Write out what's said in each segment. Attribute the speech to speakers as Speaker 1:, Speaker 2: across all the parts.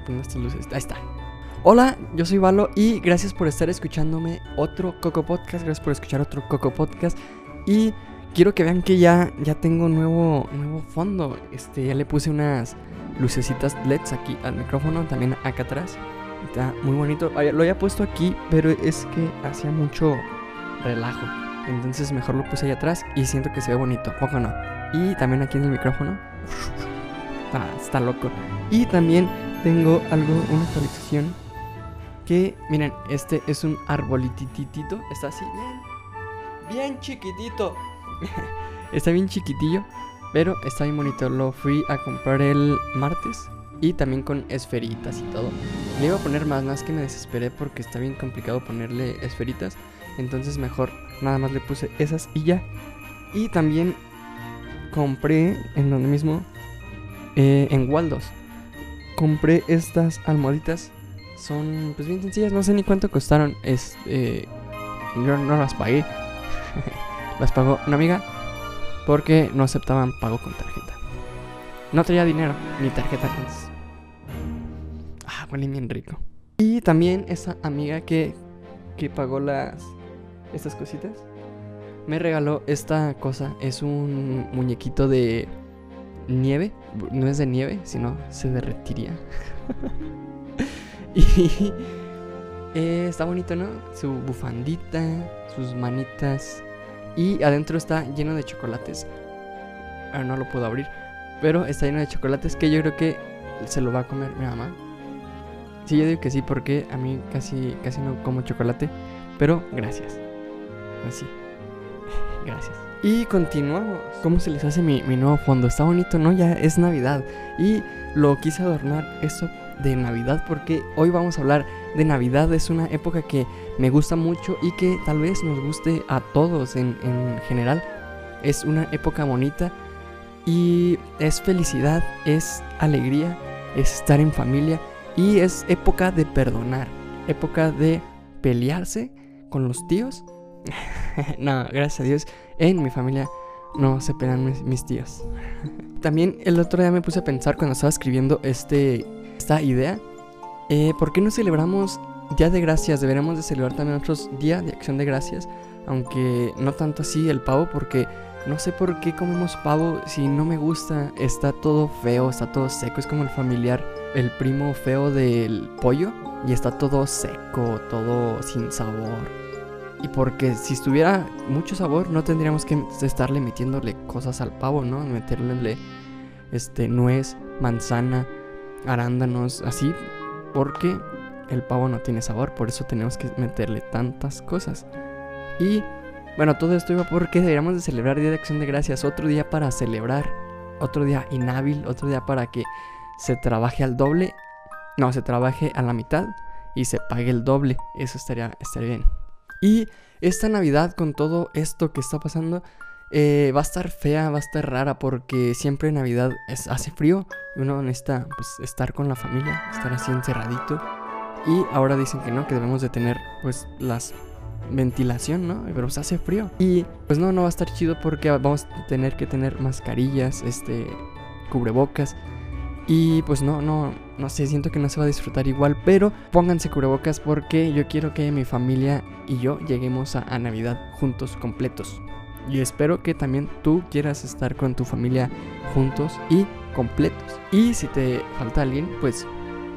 Speaker 1: poner estas luces. Ahí está. Hola, yo soy Valo y gracias por estar escuchándome otro Coco Podcast. Gracias por escuchar otro Coco Podcast. Y quiero que vean que ya tengo nuevo fondo. Ya le puse unas lucecitas LEDs aquí al micrófono, también acá atrás. Está muy bonito. Lo había puesto aquí, pero es que hacía mucho relajo. Entonces mejor lo puse ahí atrás y siento que se ve bonito, ¿poco no? Y también aquí en el micrófono. Está loco. Y también tengo una actualización que, miren, este es un arbolititito. Está así, bien chiquitito. Está bien chiquitillo, pero está bien bonito. Lo fui a comprar el martes y también con esferitas y todo. Le iba a poner más que me desesperé porque está bien complicado ponerle esferitas. Entonces mejor nada más le puse esas y ya. Y también compré en donde mismo, en Waldos, compré estas almohaditas. Son pues bien sencillas, no sé ni cuánto costaron. Yo no las pagué. Las pagó una amiga porque no aceptaban pago con tarjeta. No traía dinero ni tarjeta. Entonces, huele bien rico. Y también esa amiga que pagó estas cositas me regaló esta cosa. Es un muñequito de nieve. No es de nieve, sino se derretiría. Y está bonito, ¿no? Su bufandita, sus manitas. Y adentro está lleno de chocolates. No lo puedo abrir, pero está lleno de chocolates que yo creo que se lo va a comer mi mamá. Sí, yo digo que sí, porque a mí casi no como chocolate. Pero gracias. Así. Gracias. Y continuamos. ¿Cómo se les hace mi nuevo fondo? Está bonito, ¿no? Ya es Navidad. Y lo quise adornar eso de Navidad porque hoy vamos a hablar de Navidad. Es una época que me gusta mucho y que tal vez nos guste a todos en general. Es una época bonita y es felicidad, es alegría, es estar en familia y es época de perdonar, época de pelearse con los tíos. No, gracias a Dios, en mi familia no se pelean mis tíos. También el otro día me puse a pensar cuando estaba escribiendo esta idea, ¿por qué no celebramos Día de Gracias? Deberíamos de celebrar también otros Día de Acción de Gracias, aunque no tanto así el pavo, porque no sé por qué comemos pavo si no me gusta. Está todo feo, está todo seco, es como el familiar, el primo feo del pollo, y está todo seco, todo sin sabor. Y porque si estuviera mucho sabor no tendríamos que estarle metiéndole cosas al pavo, ¿no? Meterle nuez, manzana, arándanos, así, porque el pavo no tiene sabor, por eso tenemos que meterle tantas cosas. Y bueno, todo esto iba porque deberíamos de celebrar Día de Acción de Gracias, otro día para celebrar, otro día inhábil, otro día para que se trabaje al doble, no, se trabaje a la mitad y se pague el doble. Eso estaría bien. Y esta Navidad, con todo esto que está pasando, va a estar fea, va a estar rara, porque siempre en Navidad hace frío y uno necesita pues estar con la familia, estar así encerradito. Y ahora dicen que no, que debemos de tener pues las ventilación, ¿no? Pero pues hace frío y pues no va a estar chido porque vamos a tener que tener mascarillas, cubrebocas. Y pues no sé, siento que no se va a disfrutar igual, pero pónganse cubrebocas porque yo quiero que mi familia y yo lleguemos a Navidad juntos, completos. Y espero que también tú quieras estar con tu familia juntos y completos. Y si te falta alguien, pues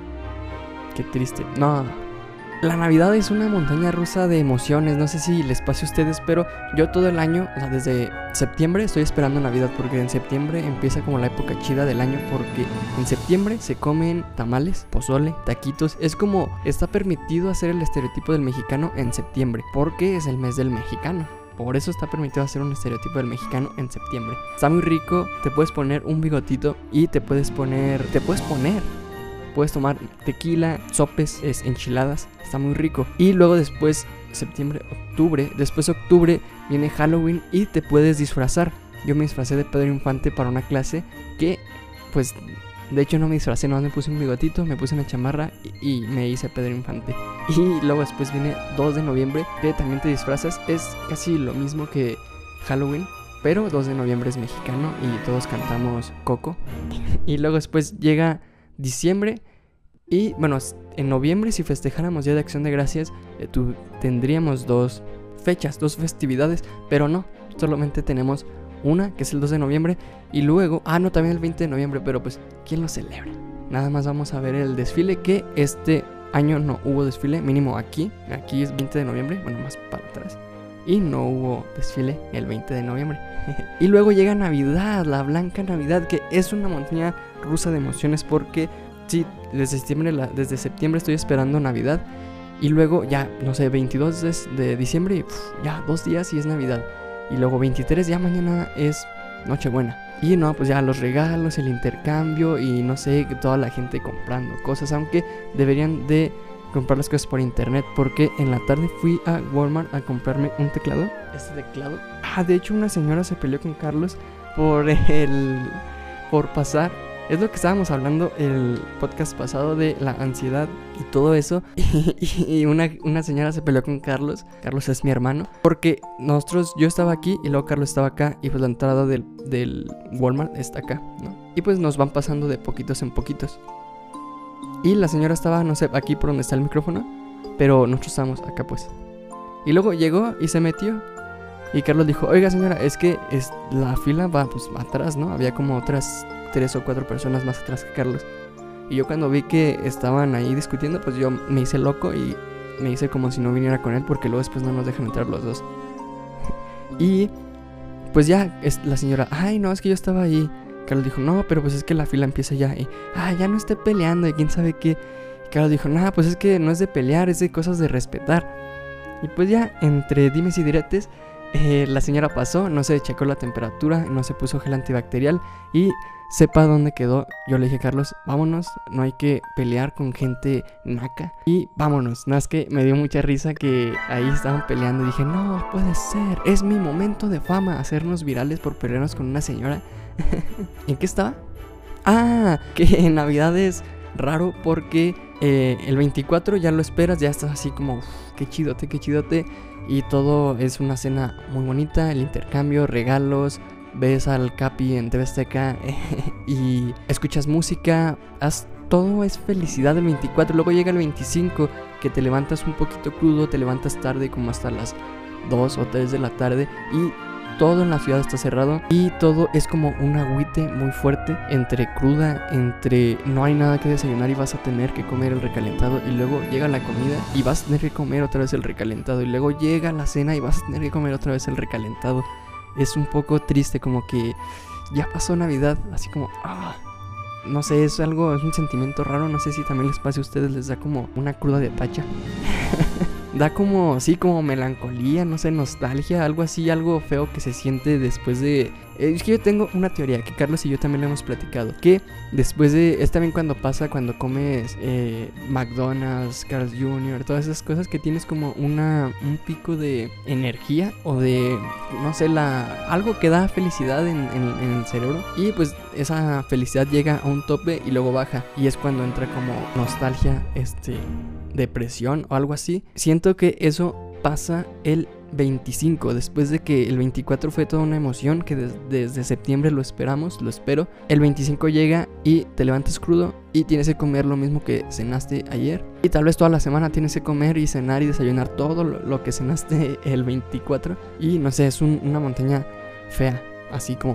Speaker 1: qué triste. No, la Navidad es una montaña rusa de emociones. No sé si les pase a ustedes, pero yo todo el año, o sea, desde septiembre estoy esperando Navidad, porque en septiembre empieza como la época chida del año, porque en septiembre se comen tamales, pozole, taquitos. Es como está permitido hacer el estereotipo del mexicano en septiembre, porque es el mes del mexicano. Por eso está permitido hacer un estereotipo del mexicano en septiembre. Está muy rico, te puedes poner un bigotito y puedes tomar tequila, sopes, enchiladas, está muy rico. Y luego después, octubre viene Halloween y te puedes disfrazar. Yo me disfracé de Pedro Infante para una clase que, pues, de hecho no me disfracé, nomás me puse un bigotito, me puse una chamarra y me hice Pedro Infante. Y luego después viene 2 de noviembre, que también te disfrazas, es casi lo mismo que Halloween, pero 2 de noviembre es mexicano y todos cantamos Coco. Y luego después llega diciembre Y bueno, en noviembre, si festejáramos Día de Acción de Gracias, tendríamos 2 fechas, 2 festividades, pero no, solamente tenemos una, que es el 2 de noviembre, y luego, no, también el 20 de noviembre, pero pues, ¿quién lo celebra? Nada más vamos a ver el desfile, que este año no hubo desfile, mínimo aquí es 20 de noviembre, bueno, más para atrás, y no hubo desfile el 20 de noviembre. Y luego llega Navidad, la blanca Navidad, que es una montaña rusa de emociones, porque sí, desde septiembre estoy esperando Navidad. Y luego ya, no sé, 22 de diciembre y ya 2 días y es Navidad. Y luego 23, ya mañana es Nochebuena. Y no, pues ya los regalos, el intercambio y no sé, toda la gente comprando cosas. Aunque deberían de comprar las cosas por internet, porque en la tarde fui a Walmart a comprarme un teclado. Este teclado. De hecho una señora se peleó con Carlos por pasar. Es lo que estábamos hablando el podcast pasado de la ansiedad y todo eso. Y una señora se peleó con Carlos. Carlos es mi hermano. Porque yo estaba aquí y luego Carlos estaba acá. Y pues la entrada del Walmart está acá, ¿no? Y pues nos van pasando de poquitos en poquitos. Y la señora estaba, no sé, aquí por donde está el micrófono. Pero nosotros estábamos acá pues. Y luego llegó y se metió. Y Carlos dijo, oiga señora, es que la fila va pues atrás, ¿no? Había como otras 3 o 4 personas más atrás que Carlos. Y yo cuando vi que estaban ahí discutiendo, pues yo me hice loco y me hice como si no viniera con él, porque luego después no nos dejan entrar los dos. Y pues ya la señora, no, es que yo estaba ahí. Carlos dijo, no, pero pues es que la fila empieza ya. Y, ya no esté peleando y quién sabe qué. Y Carlos dijo, no, pues es que no es de pelear, es de cosas de respetar. Y pues ya, entre dimes y diretes, la señora pasó, no se checó la temperatura, no se puso gel antibacterial y sepa dónde quedó. Yo le dije, Carlos, vámonos, no hay que pelear con gente naca y vámonos. Nada más que me dio mucha risa que ahí estaban peleando y dije, no puede ser, es mi momento de fama, hacernos virales por pelearnos con una señora. ¿En qué estaba? Que en Navidad es raro porque el 24 ya lo esperas, ya estás así como, qué chidote. Y todo es una cena muy bonita, el intercambio, regalos, ves al Capi en TV Azteca y escuchas música, todo es felicidad el 24. Luego llega el 25, que te levantas un poquito crudo, te levantas tarde como hasta las 2 o 3 de la tarde y todo en la ciudad está cerrado y todo es como un agüite muy fuerte, entre cruda, entre no hay nada que desayunar y vas a tener que comer el recalentado, y luego llega la comida y vas a tener que comer otra vez el recalentado, y luego llega la cena y vas a tener que comer otra vez el recalentado. Es un poco triste, como que ya pasó Navidad, así como no sé, es un sentimiento raro. No sé si también les pasa a ustedes, les da como una cruda de pacha. Da como, sí, como melancolía, no sé, nostalgia, algo así, algo feo que se siente después de... Es que yo tengo una teoría que Carlos y yo también lo hemos platicado, que después de... Es también cuando comes McDonald's, Carl's Jr., todas esas cosas, que tienes como un pico de energía o de, no sé, algo que da felicidad en el cerebro, y pues esa felicidad llega a un tope y luego baja, y es cuando entra como nostalgia, depresión o algo así. Siento que eso pasa el 25, después de que el 24 fue toda una emoción, que desde septiembre lo espero. El 25 llega y te levantas crudo y tienes que comer lo mismo que cenaste ayer, y tal vez toda la semana tienes que comer y cenar y desayunar todo lo que cenaste el 24, y no sé, es una montaña fea, así como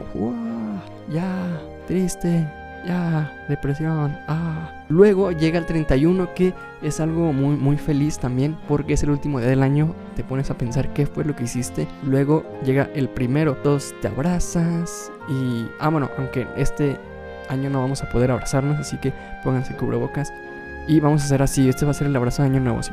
Speaker 1: ya, triste, ya, depresión, Luego llega el 31, que es algo muy, muy feliz también, porque es el último día del año, te pones a pensar qué fue lo que hiciste. Luego llega el 1, todos te abrazas y... bueno, aunque este año no vamos a poder abrazarnos, así que pónganse cubrebocas y vamos a hacer así, va a ser el abrazo de año nuevo, así.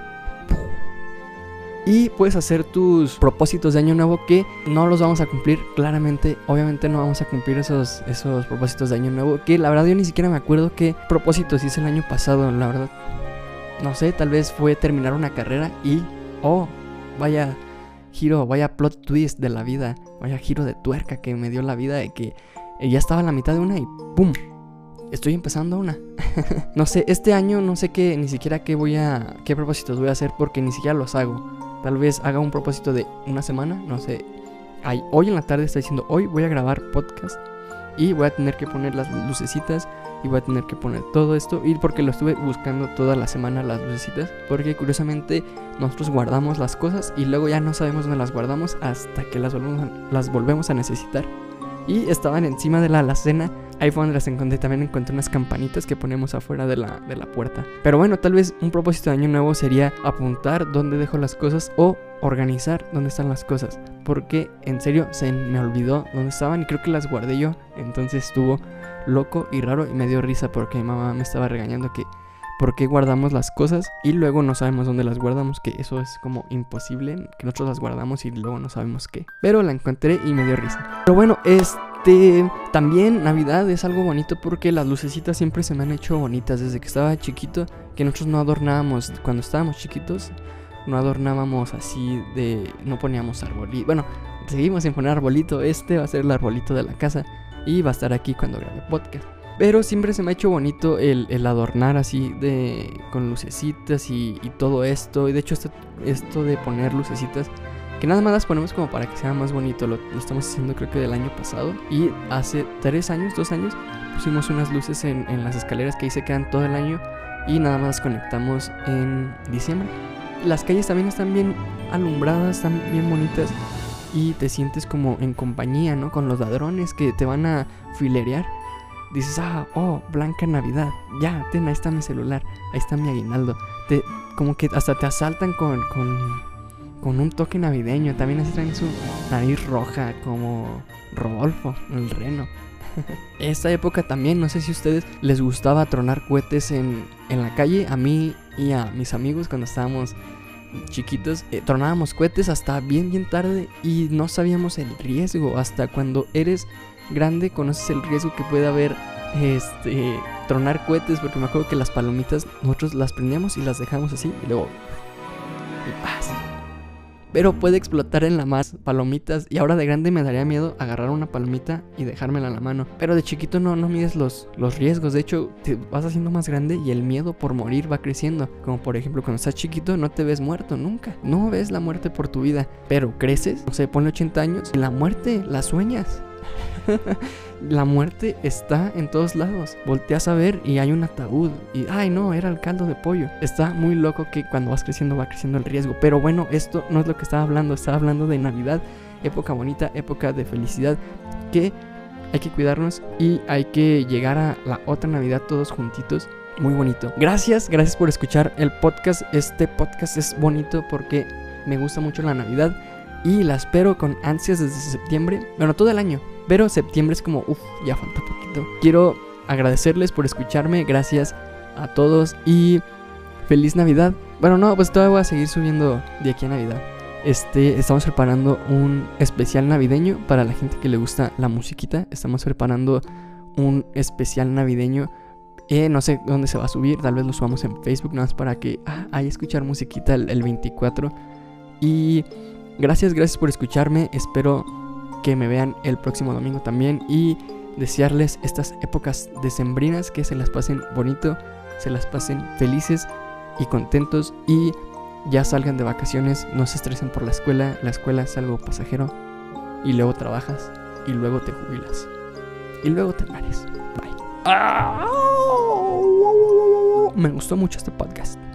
Speaker 1: Y puedes hacer tus propósitos de año nuevo, que no los vamos a cumplir, claramente. Obviamente no vamos a cumplir esos propósitos de año nuevo, que la verdad yo ni siquiera me acuerdo qué propósitos hice el año pasado. La verdad, no sé, tal vez fue terminar una carrera y... vaya giro, vaya plot twist de la vida, vaya giro de tuerca que me dio la vida, de que ya estaba en la mitad de una y ¡pum! Estoy empezando una. No sé, este año no sé ni siquiera qué propósitos voy a hacer, porque ni siquiera los hago. Tal vez haga un propósito de una semana, no sé. Hoy en la tarde está diciendo, hoy voy a grabar podcast y voy a tener que poner las lucecitas y voy a tener que poner todo esto. Y porque lo estuve buscando toda la semana, las lucecitas, porque curiosamente nosotros guardamos las cosas y luego ya no sabemos dónde las guardamos hasta que las volvemos a necesitar. Y estaban encima de la alacena. Ahí fue donde las encontré. También encontré unas campanitas que ponemos afuera de la puerta. Pero bueno, tal vez un propósito de año nuevo sería apuntar dónde dejo las cosas o organizar dónde están las cosas. Porque en serio se me olvidó dónde estaban y creo que las guardé yo. Entonces estuvo loco y raro y me dio risa porque mi mamá me estaba regañando que por qué guardamos las cosas y luego no sabemos dónde las guardamos, que eso es como imposible, que nosotros las guardamos y luego no sabemos qué. Pero la encontré y me dio risa. Pero bueno, también Navidad es algo bonito porque las lucecitas siempre se me han hecho bonitas desde que estaba chiquito, que nosotros no adornábamos cuando estábamos chiquitos. No adornábamos así no poníamos arbolito. Bueno, seguimos sin poner arbolito. Va a ser el arbolito de la casa y va a estar aquí cuando grabe podcast. Pero siempre se me ha hecho bonito el adornar así con lucecitas y todo esto. Y de hecho esto de poner lucecitas, que nada más las ponemos como para que sea más bonito. Lo estamos haciendo creo que del año pasado. Y hace 2 años, pusimos unas luces en las escaleras que ahí se quedan todo el año. Y nada más las conectamos en diciembre. Las calles también están bien alumbradas, están bien bonitas. Y te sientes como en compañía, ¿no? Con los ladrones que te van a filerear. Dices, Blanca Navidad, ya, ahí está mi celular, ahí está mi aguinaldo. Como que hasta te asaltan con un toque navideño. También así traen su nariz roja como Rodolfo, el reno. Esta época también, no sé si a ustedes les gustaba tronar cohetes en la calle. A mí y a mis amigos cuando estábamos chiquitos tronábamos cohetes hasta bien tarde y no sabíamos el riesgo. Hasta cuando eres grande conoces el riesgo que puede haber tronar cohetes, porque me acuerdo que las palomitas nosotros las prendíamos y las dejamos así y luego y paz. Pero puede explotar en la más palomitas y ahora de grande me daría miedo agarrar una palomita y dejármela en la mano. Pero de chiquito no mides los riesgos. De hecho te vas haciendo más grande y el miedo por morir va creciendo. Como por ejemplo cuando estás chiquito no te ves muerto nunca. No ves la muerte por tu vida. Pero creces, no sé, ponle 80 años y la muerte la sueñas. La muerte está en todos lados. Volteas a ver y hay un ataúd y ay no, era el caldo de pollo. Está muy loco que cuando vas creciendo va creciendo el riesgo. Pero bueno, esto no es lo que estaba hablando. Estaba hablando de Navidad, época bonita, época de felicidad, que hay que cuidarnos y hay que llegar a la otra Navidad todos juntitos. Muy bonito. Gracias por escuchar el podcast. Este podcast es bonito porque me gusta mucho la Navidad y la espero con ansias desde septiembre. Bueno, todo el año, pero septiembre es como, ya falta poquito. Quiero agradecerles por escucharme. Gracias a todos y feliz Navidad. Bueno, no, pues todavía voy a seguir subiendo de aquí a Navidad. Estamos preparando un especial navideño para la gente que le gusta la musiquita. Estamos preparando un especial navideño. No sé dónde se va a subir. Tal vez lo subamos en Facebook, nada más para que haya escuchar musiquita el 24. Y gracias por escucharme. Espero que me vean el próximo domingo también. Y desearles estas épocas decembrinas, que se las pasen bonito, se las pasen felices y contentos. Y ya salgan de vacaciones, no se estresen por la escuela. La escuela es algo pasajero. Y luego trabajas. Y luego te jubilas. Y luego te mueres. Bye. Me gustó mucho este podcast.